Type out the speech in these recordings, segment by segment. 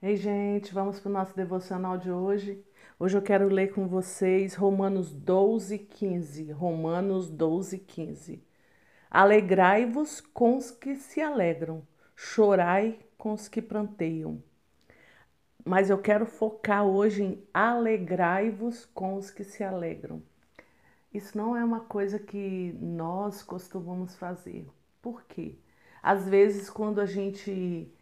Ei, gente, vamos para o nosso devocional de hoje. Hoje eu quero ler com vocês Romanos 12:15. Romanos 12:15. Alegrai-vos com os que se alegram, chorai com os que pranteiam. Mas eu quero focar hoje em alegrai-vos com os que se alegram. Isso não é uma coisa que nós costumamos fazer. Por quê? Às vezes, quando a gente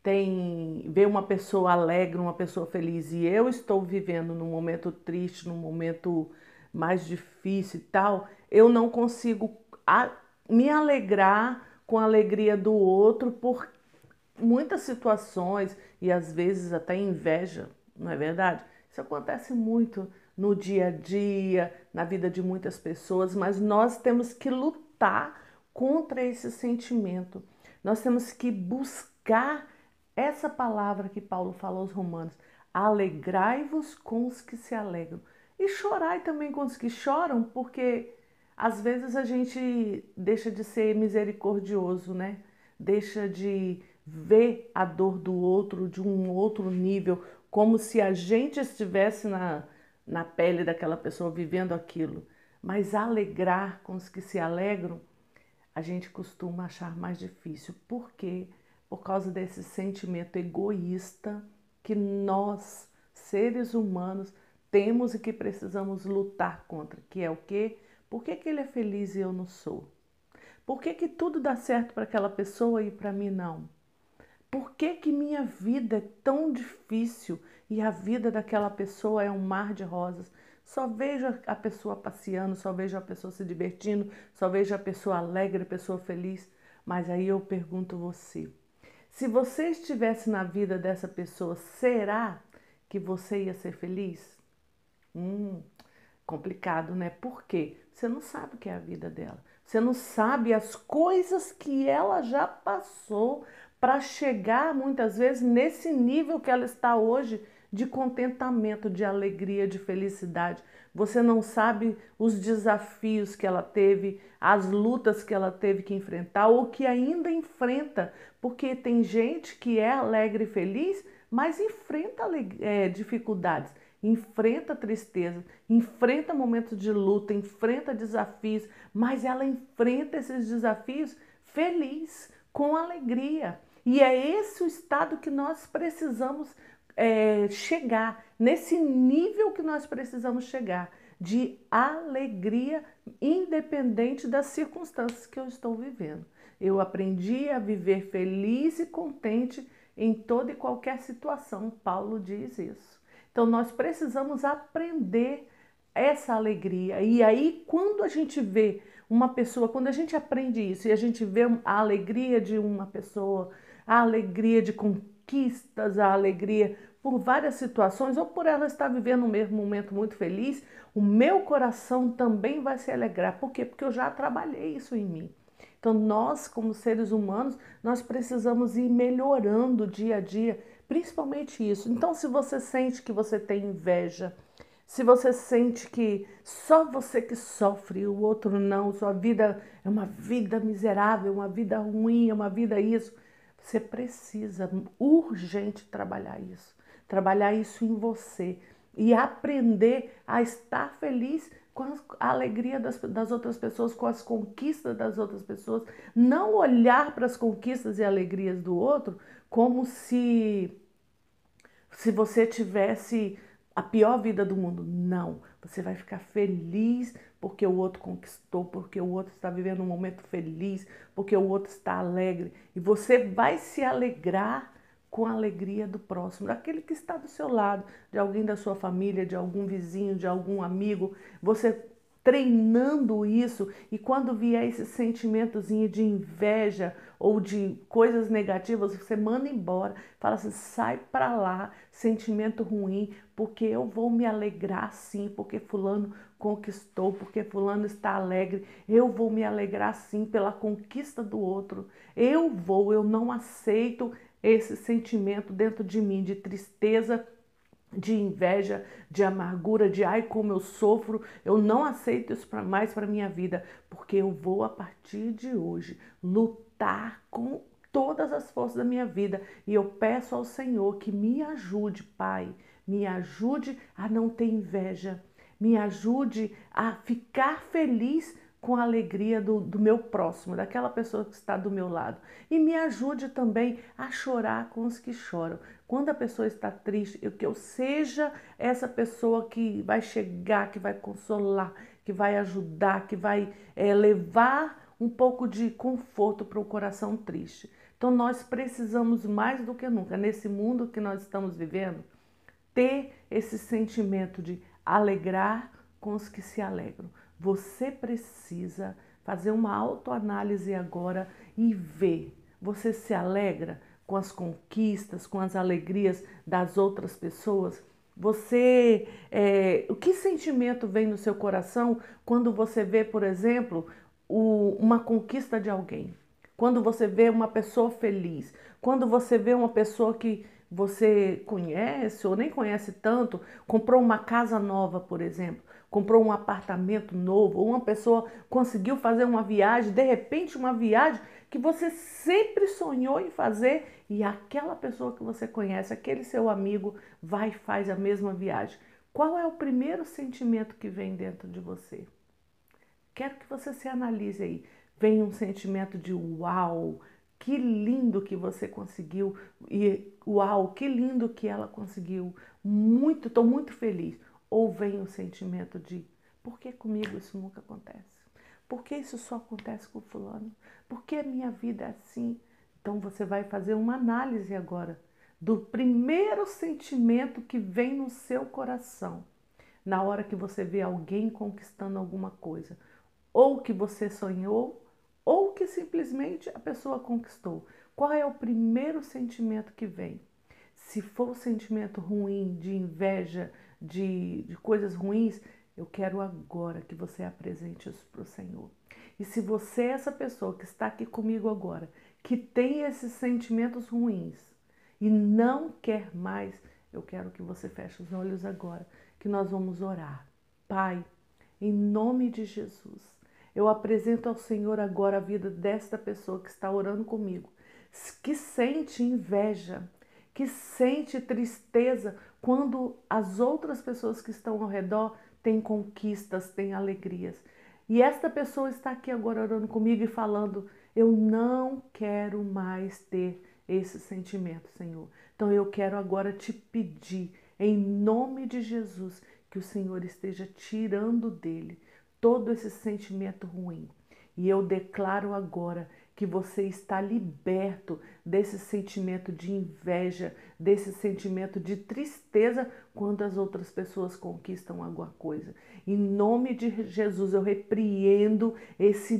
vê uma pessoa alegre, uma pessoa feliz, e eu estou vivendo num momento triste, num momento mais difícil e tal, eu não consigo me alegrar com a alegria do outro por muitas situações e às vezes até inveja, não é verdade? Isso acontece muito no dia a dia, na vida de muitas pessoas, mas nós temos que lutar contra esse sentimento. Nós temos que buscar essa palavra que Paulo falou aos Romanos: alegrai-vos com os que se alegram. E chorai também com os que choram, porque às vezes a gente deixa de ser misericordioso, né? Deixa de ver a dor do outro de um outro nível, como se a gente estivesse na pele daquela pessoa vivendo aquilo. Mas alegrar com os que se alegram, a gente costuma achar mais difícil. Por quê? Por causa desse sentimento egoísta que nós, seres humanos, temos e que precisamos lutar contra, que é o quê? Por que ele é feliz e eu não sou? Por que tudo dá certo para aquela pessoa e para mim não? Por que minha vida é tão difícil e a vida daquela pessoa é um mar de rosas? Só vejo a pessoa passeando, só vejo a pessoa se divertindo, só vejo a pessoa alegre, a pessoa feliz. Mas aí eu pergunto você, se você estivesse na vida dessa pessoa, será que você ia ser feliz? Hum, Complicado, né? Por quê? Você não sabe o que é a vida dela. Você não sabe as coisas que ela já passou para chegar muitas vezes nesse nível que ela está hoje de contentamento, de alegria, de felicidade. Você não sabe os desafios que ela teve, as lutas que ela teve que enfrentar ou que ainda enfrenta, porque tem gente que é alegre e feliz, mas enfrenta dificuldades, enfrenta tristeza, enfrenta momentos de luta, enfrenta desafios, mas ela enfrenta esses desafios feliz, com alegria. E é esse o estado que nós precisamos chegar, nesse nível que nós precisamos chegar, de alegria, independente das circunstâncias que eu estou vivendo. Eu aprendi a viver feliz e contente em toda e qualquer situação. Paulo diz isso. Então nós precisamos aprender essa alegria. E aí, quando a gente vê uma pessoa, quando a gente aprende isso e a gente vê a alegria de uma pessoa, a alegria de conquistas, a alegria por várias situações, ou por ela estar vivendo um mesmo momento muito feliz, o meu coração também vai se alegrar. Por quê? Porque eu já trabalhei isso em mim. Então, nós, como seres humanos, nós precisamos ir melhorando dia a dia, principalmente isso. Então, se você sente que você tem inveja, se você sente que só você que sofre, o outro não, sua vida é uma vida miserável, uma vida ruim, é uma vida isso, você precisa urgente trabalhar isso em você e aprender a estar feliz com a alegria das outras pessoas, com as conquistas das outras pessoas, não olhar para as conquistas e alegrias do outro como se você tivesse a pior vida do mundo. Não, você vai ficar feliz porque o outro conquistou, porque o outro está vivendo um momento feliz, porque o outro está alegre. E você vai se alegrar com a alegria do próximo, daquele que está do seu lado, de alguém da sua família, de algum vizinho, de algum amigo. Você treinando isso, e quando vier esse sentimentozinho de inveja ou de coisas negativas, você manda embora, fala assim: sai para lá, sentimento ruim, porque eu vou me alegrar sim, porque fulano conquistou, porque fulano está alegre, eu vou me alegrar sim pela conquista do outro. Eu não aceito esse sentimento dentro de mim de tristeza, de inveja, de amargura, de ai como eu sofro. Eu não aceito isso mais para minha vida, porque eu vou a partir de hoje lutar todas as forças da minha vida. E eu peço ao Senhor que me ajude, Pai, me ajude a não ter inveja, me ajude a ficar feliz com a alegria do meu próximo, daquela pessoa que está do meu lado. E me ajude também a chorar com os que choram. Quando a pessoa está triste, que eu seja essa pessoa que vai chegar, que vai consolar, que vai ajudar, que vai levar um pouco de conforto para o coração triste. Então nós precisamos mais do que nunca, nesse mundo que nós estamos vivendo, ter esse sentimento de alegrar com os que se alegram. Você precisa fazer uma autoanálise agora e ver. Você se alegra com as conquistas, com as alegrias das outras pessoas? O que sentimento vem no seu coração quando você vê, por exemplo, uma conquista de alguém? Quando você vê uma pessoa feliz? Quando você vê uma pessoa que você conhece ou nem conhece tanto, comprou uma casa nova, por exemplo, comprou um apartamento novo, ou uma pessoa conseguiu fazer uma viagem, de repente uma viagem que você sempre sonhou em fazer e aquela pessoa que você conhece, aquele seu amigo, vai e faz a mesma viagem. Qual é o primeiro sentimento que vem dentro de você? Quero que você se analise aí. Vem um sentimento de uau, que lindo que você conseguiu, e uau, que lindo que ela conseguiu, estou muito feliz. Ou vem o sentimento de por que comigo isso nunca acontece? Por que isso só acontece com fulano? Por que a minha vida é assim? Então você vai fazer uma análise agora do primeiro sentimento que vem no seu coração na hora que você vê alguém conquistando alguma coisa, ou que você sonhou, ou que simplesmente a pessoa conquistou. Qual é o primeiro sentimento que vem? Se for um sentimento ruim, de inveja, de coisas ruins, eu quero agora que você apresente isso para o Senhor. E se você é essa pessoa que está aqui comigo agora, que tem esses sentimentos ruins e não quer mais, eu quero que você feche os olhos agora, que nós vamos orar. Pai, em nome de Jesus, eu apresento ao Senhor agora a vida desta pessoa que está orando comigo, que sente inveja, que sente tristeza quando as outras pessoas que estão ao redor têm conquistas, têm alegrias. E esta pessoa está aqui agora orando comigo e falando: eu não quero mais ter esse sentimento, Senhor. Então eu quero agora te pedir, em nome de Jesus, que o Senhor esteja tirando dele todo esse sentimento ruim. E eu declaro agora que você está liberto desse sentimento de inveja, desse sentimento de tristeza quando as outras pessoas conquistam alguma coisa. Em nome de Jesus, eu repreendo esse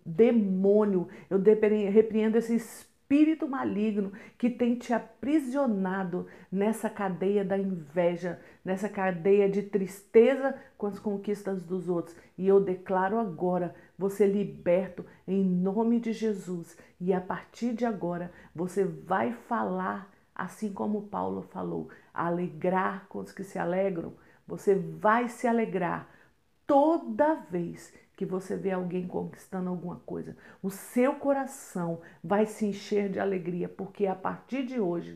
demônio, eu repreendo esse espírito maligno que tem te aprisionado nessa cadeia da inveja, nessa cadeia de tristeza com as conquistas dos outros. E eu declaro agora você liberto em nome de Jesus. E a partir de agora você vai falar assim como Paulo falou, alegrar com os que se alegram. Você vai se alegrar toda vez que você vê alguém conquistando alguma coisa. O seu coração vai se encher de alegria, porque a partir de hoje,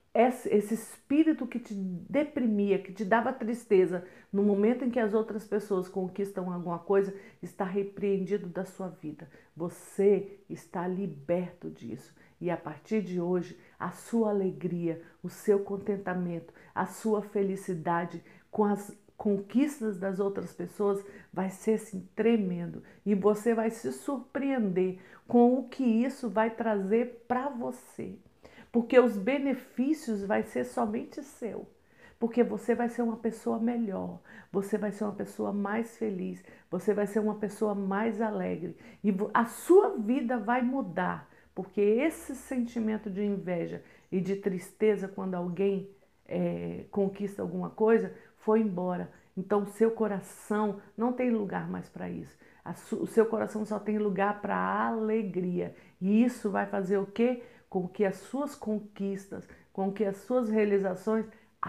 esse espírito que te deprimia, que te dava tristeza, no momento em que as outras pessoas conquistam alguma coisa, está repreendido da sua vida. Você está liberto disso. E a partir de hoje, a sua alegria, o seu contentamento, a sua felicidade com as conquistas das outras pessoas vai ser assim tremendo. E você vai se surpreender com o que isso vai trazer para você. Porque os benefícios vai ser somente seu. Porque você vai ser uma pessoa melhor, você vai ser uma pessoa mais feliz, você vai ser uma pessoa mais alegre e a sua vida vai mudar, porque esse sentimento de inveja e de tristeza quando alguém conquista alguma coisa foi embora. Então o seu coração não tem lugar mais para isso. O seu coração só tem lugar para a alegria. E isso vai fazer o quê? Com que as suas conquistas, com que as suas realizações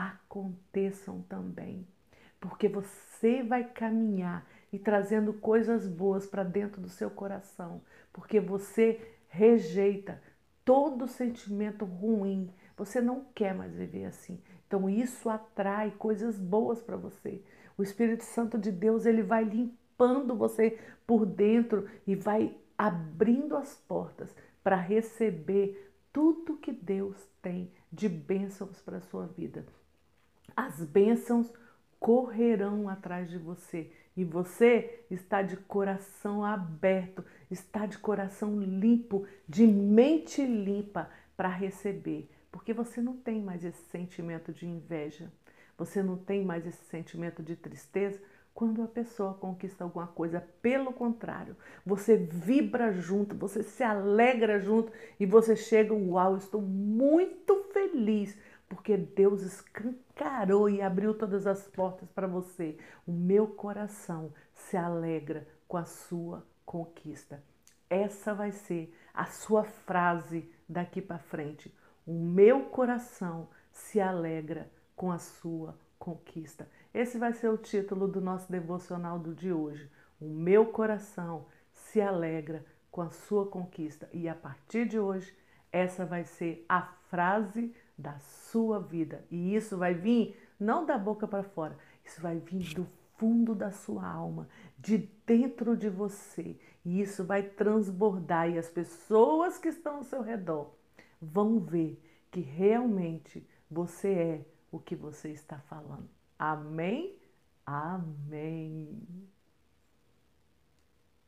aconteçam também. Porque você vai caminhar e trazendo coisas boas para dentro do seu coração. Porque você rejeita todo sentimento ruim. Você não quer mais viver assim. Então isso atrai coisas boas para você. O Espírito Santo de Deus, ele vai limpando você por dentro e vai abrindo as portas para receber tudo que Deus tem de bênçãos para a sua vida. As bênçãos correrão atrás de você e você está de coração aberto, está de coração limpo, de mente limpa para receber, porque você não tem mais esse sentimento de inveja, você não tem mais esse sentimento de tristeza quando a pessoa conquista alguma coisa. Pelo contrário, você vibra junto, você se alegra junto e você chega, uau, estou muito feliz porque Deus escancarou e abriu todas as portas para você. O meu coração se alegra com a sua conquista. Essa vai ser a sua frase daqui para frente. O meu coração se alegra com a sua conquista. Esse vai ser o título do nosso devocional do de hoje. O meu coração se alegra com a sua conquista. E a partir de hoje, essa vai ser a frase da sua vida. E isso vai vir não da boca para fora, isso vai vir do fundo da sua alma, de dentro de você. E isso vai transbordar e as pessoas que estão ao seu redor vão ver que realmente você é o que você está falando. Amém? Amém.